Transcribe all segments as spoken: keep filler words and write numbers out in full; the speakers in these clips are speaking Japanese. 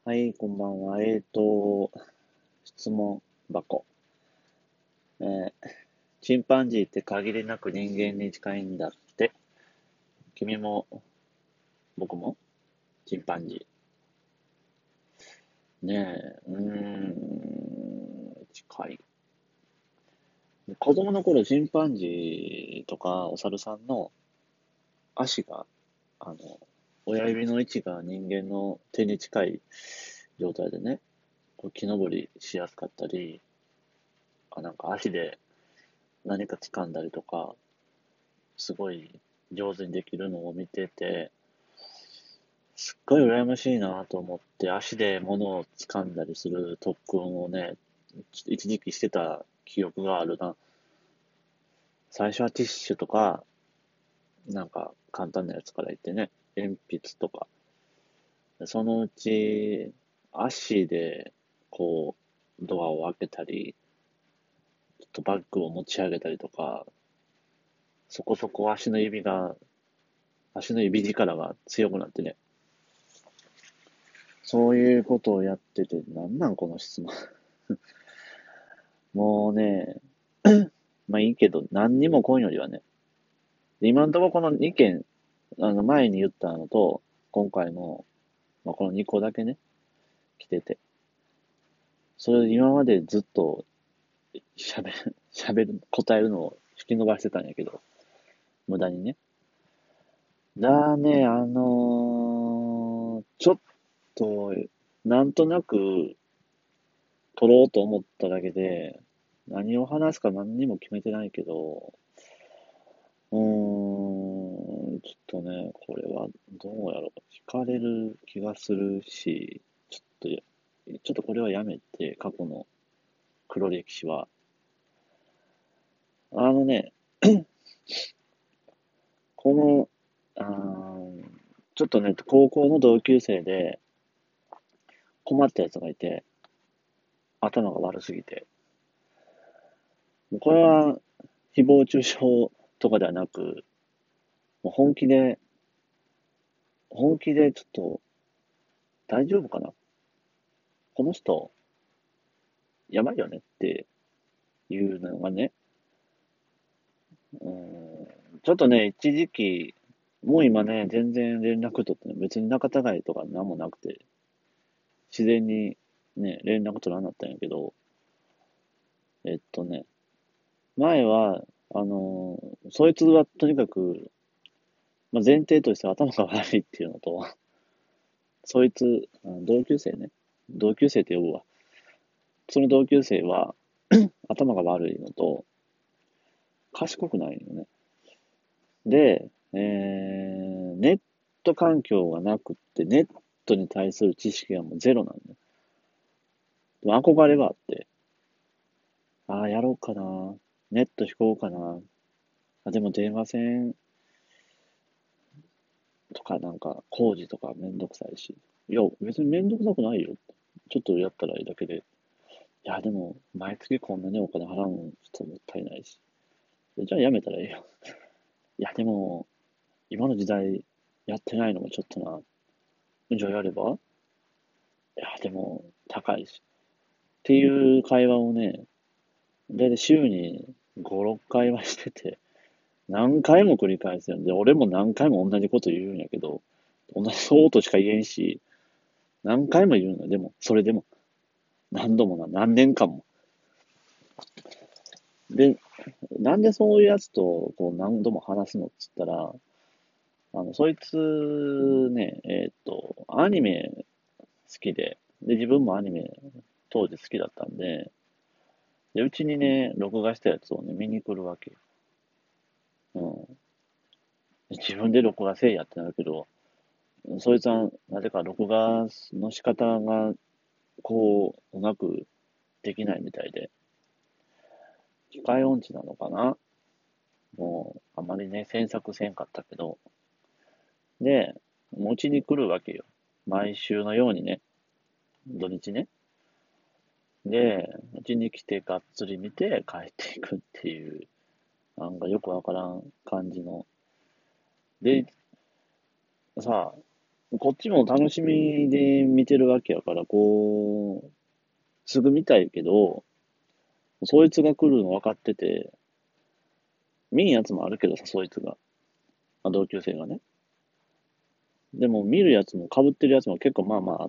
はい、こんばんは。えーと、質問箱。えーチンパンジーって限りなく人間に近いんだって。君も、僕もチンパンジー。ねえ、うーん、近い。子供の頃、チンパンジーとかお猿さんの足が、あの、親指の位置が人間の手に近い状態でね、こう木登りしやすかったり、あ、なんか足で何か掴んだりとか、すごい上手にできるのを見てて、すっごい羨ましいなと思って、足で物を掴んだりする特訓をね、一時期してた記憶があるな。最初はティッシュとか、なんか簡単なやつから言ってね、鉛筆とか。そのうち、足で、こう、ドアを開けたり、ちょっとバッグを持ち上げたりとか、そこそこ足の指が、足の指力が強くなってね、そういうことをやってて、なんなんこの質問。もうね、まあいいけど、何にも来んよりはね。今のところこのにけん、あの前に言ったのと、今回の、まあ、このにこだけね、来てて。それ今までずっと喋る、喋る、答えるのを引き伸ばしてたんやけど、無駄にね。だね、あのーちょっと、なんとなく撮ろうと思っただけで、何を話すか何にも決めてないけど、うーん、ちょっとね、これはどうやろう。惹かれる気がするし、ちょっとや、ちょっとこれはやめて、過去の黒歴史は。あのね、この、あーちょっとね、高校の同級生で困ったやつがいて、頭が悪すぎて。これは誹謗中傷とかではなく、もう本気で、本気でちょっと大丈夫かなこの人、やばいよねっていうのがね、うん、ちょっとね、一時期、もう今ね、全然連絡取ってね、別に仲違いとかなんもなくて、自然にね、連絡取らなかったんやけど、えっとね、前は、あのーそいつはとにかく、まあ、前提として頭が悪いっていうのと、そいつ、あの同級生ね、同級生って呼ぶわ。その同級生は頭が悪いのと、賢くないよね。で、えー、ネット環境がなくって、ネットに対する知識がもうゼロなんだよ。でも憧れがあって、ああ、やろうかな。ネット引こうかな。あ、でも電話線とかなんか工事とかめんどくさいし。いや、別にめんどくさくないよ。ちょっとやったらいいだけで。いや、でも、毎月こんなにお金払うのちょっともったいないし。じゃあやめたらいいよ。いや、でも、今の時代やってないのもちょっとな。じゃあやればいや、でも、高いし。っていう会話をね、だいたい週にご、ろっかいはしてて、何回も繰り返すよ。で、俺も何回も同じこと言うんやけど、同じそうとしか言えんし、何回も言うのよ。でも、それでも、何度もな、何年間も。で、なんでそういうやつとこう何度も話すのっつったら、あの、そいつね、えーっと、アニメ好きで、で、自分もアニメ当時好きだったんで、で、うちにね、録画したやつをね、見に来るわけよ。うん。自分で録画せいやってなるけど、そいつは、なぜか録画の仕方が、こう、うまくできないみたいで、機械音痴なのかなもう、あまりね、詮索せんかったけど、で、持ちに来るわけよ。毎週のようにね、土日ね。で、うちに来てがっつり見て帰っていくっていう、なんかよくわからん感じの。で、さあ、 こっちも楽しみで見てるわけやから、こう、すぐ見たいけど、そいつが来るの分かってて、見んやつもあるけどさ、そいつが。あ、同級生がね。でも見るやつも被ってるやつも結構まあまああって、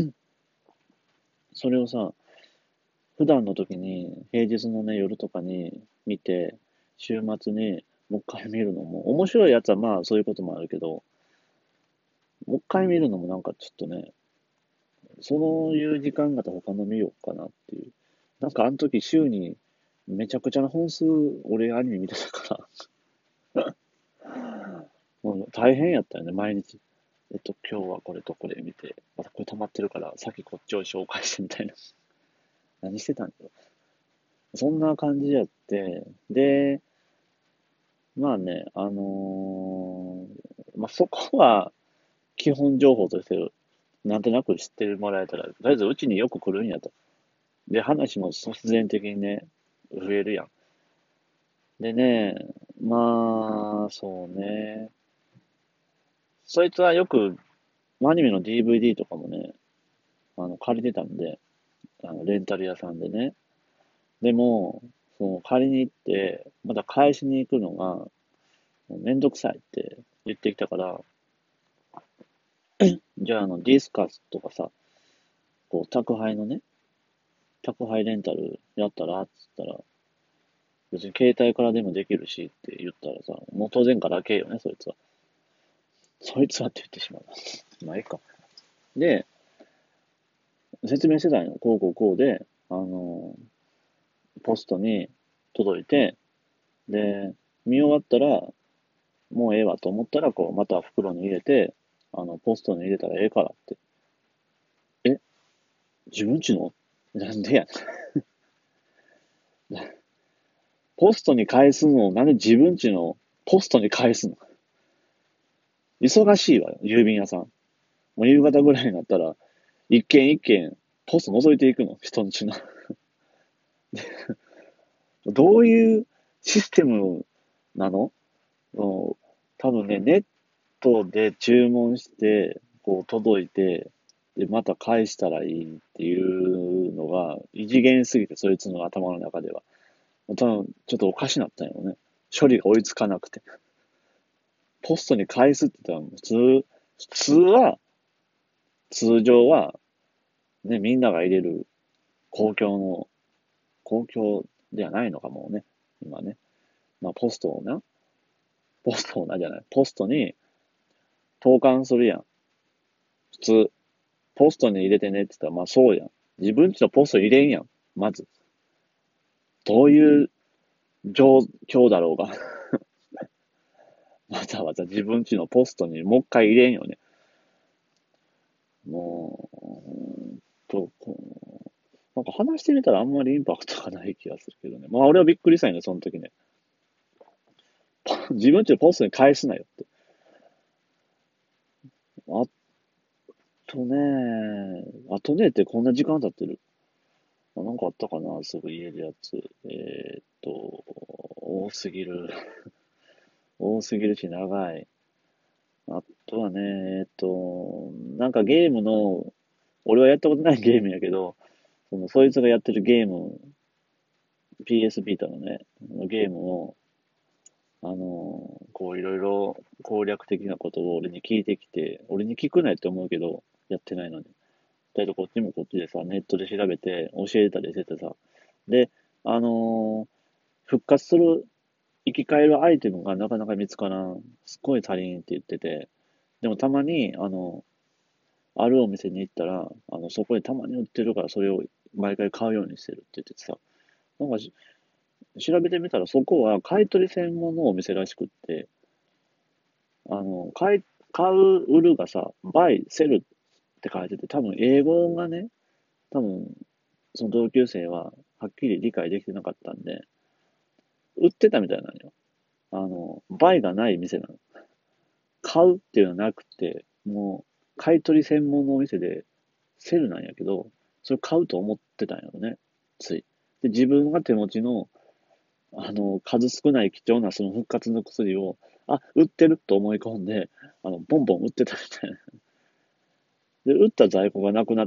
それをさ、普段の時に、平日のね、夜とかに見て、週末にもう一回見るのも、面白いやつはまあそういうこともあるけど、もう一回見るのもなんかちょっとね、そういう時間があったら他の見ようかなっていう。なんかあの時週にめちゃくちゃな本数俺アニメ見てたから、もう大変やったよね、毎日。えっと、今日はこれとこれ見て、またこれ溜まってるから、さっきこっちを紹介してみたいな。何してたんだろう。そんな感じやって、で、まあね、あのーまあそこは基本情報としてなんとなく知ってもらえたら、とりあえずうちによく来るんやと。で、話も必然的にね、増えるやん。でね、まあ、そうね。そいつはよくアニメの ディーブイディー とかもね、あの、借りてたんで、あの、レンタル屋さんでね。でも、その借りに行って、また返しに行くのが、めんどくさいって言ってきたから、じゃあ、あの、ディスカスとかさ、こう、宅配のね、宅配レンタルやったらっつったら、別に携帯からでもできるしって言ったらさ、もう当然からけえよね、そいつは。そいつはって言ってしまう。まあ、いいか。で、説明してたんよ。こうこうこうで、あの、ポストに届いて、で、見終わったら、もうええわと思ったら、こう、また袋に入れて、あの、ポストに入れたらええからって。え、自分ちのなんでやポストに返すのをなんで自分ちのポストに返すの？忙しいわよ、郵便屋さん。もう夕方ぐらいになったら、一軒一軒、ポスト覗いていくの、人んちの。どういうシステムなの？多分ね、ネットで注文して、こう届いて、で、また返したらいいっていうのが、異次元すぎて、そいつの頭の中では。多分、ちょっとおかしなったんよね。処理が追いつかなくて。ポストに返すって言ったら、普通、普通は、通常は、ね、みんなが入れる公共の、公共ではないのかもね。今ね。まあ、ポストをな、ポストをなじゃない。ポストに投函するやん。普通。ポストに入れてねって言ったら、まあそうやん。自分ちのポスト入れんやん。まず。どういう状況だろうが。わざわざ自分ちのポストにもう一回入れんよね。もう、と、こうなんか話してみたらあんまりインパクトがない気がするけどね。まあ俺はびっくりしたんよね、その時ね。自分ちのポストに返すなよって。あとね、あとねってこんな時間経ってる。あなんかあったかな、すぐ言えるやつ。えーっと、多すぎる。多すぎるし長い。あとはね、えーっと、なんかゲームの、俺はやったことないゲームやけど、その、そいつがやってるゲーム、ピーエス ビータのね、ゲームを、あの、こういろいろ攻略的なことを俺に聞いてきて、俺に聞くなよって思うけど、やってないのに。だいたいこっちもこっちでさ、ネットで調べて教えたりしててさ。で、あのー復活する、生き返るアイテムがなかなか見つからん。すっごい足りんって言ってて。でもたまに、あの、あるお店に行ったら、あの、そこでたまに売ってるからそれを毎回買うようにしてるって言っててさ。なんかし調べてみたらそこは買い取り専門のお店らしくって、あの、買い、買う、売るがさ、バイ、セルって書いてて、多分英語がね、多分その同級生ははっきり理解できてなかったんで、売ってたみたいなのよ。あの、バイがない店なの。買うっていうのはなくて、もう、買い取り専門のお店で、セルなんやけど、それ買うと思ってたんやろね。つい。で、自分が手持ちの、あの、数少ない貴重なその復活の薬を、あ、売ってると思い込んで、 あの、ボンボン売ってたみたいな。で、売った在庫がなくなって、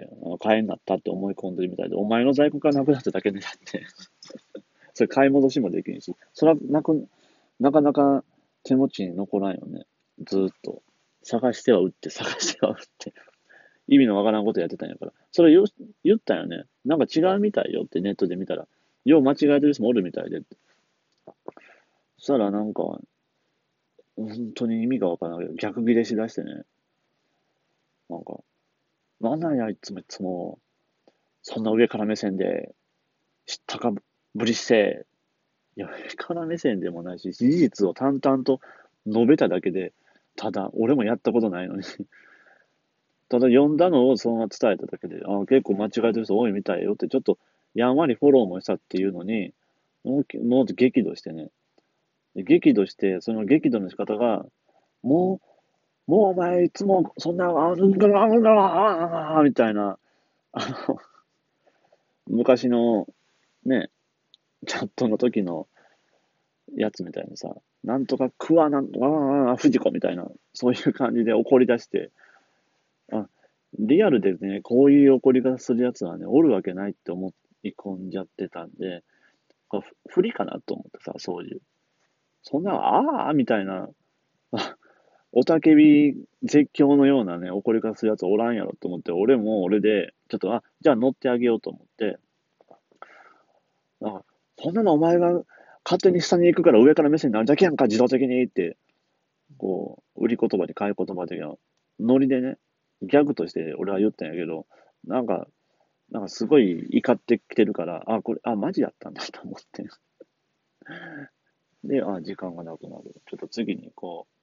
あの買えになったって思い込んでるみたいで、お前の在庫がなくなっただけでだって、それ買い戻しもできるし、それはなく、なかなか手持ちに残らんよね。ずーっと。探しては売って、探しては売って。意味のわからんことやってたんやから。それ言言ったよね。なんか違うみたいよってネットで見たら。よう間違えてる人もおるみたいで。そしたらなんか、本当に意味がわからないけど、逆ギレしだしてね。なんか、なんなんや、いつもいつも、そんな上から目線で、知ったかぶりして、いや、上から目線でもないし、事実を淡々と述べただけで、ただ、俺もやったことないのに、ただ読んだのをそのまま伝えただけで、あ結構間違えてる人多いみたいよって、ちょっとやんわりフォローもしたっていうのに、もう、もう激怒してね。激怒して、その激怒の仕方が、もう、もうお前いつもそんな、あうんがらうんがらみたいな、あの、昔のね、チャットの時のやつみたいなさ、なんとか食わなんとか、ああ、藤子みたいな、そういう感じで怒り出して、あ、リアルでね、こういう怒り方するやつはね、おるわけないって思い込んじゃってたんで、あふ不利かなと思ってさ、そういう。そんな、ああみたいな、あおたけび絶叫のようなね、怒り方するやつおらんやろと思って、俺も俺で、ちょっと、あ、じゃあ乗ってあげようと思って、あ、そんなのお前が勝手に下に行くから上から目線になるだけやんか、自動的にって、こう、売り言葉で買い言葉で、ノリでね、ギャグとして俺は言ったんやけど、なんか、なんかすごい怒ってきてるから、あ、これ、あ、マジやったんだと思って。で、あ、時間がなくなる。ちょっと次に行こう。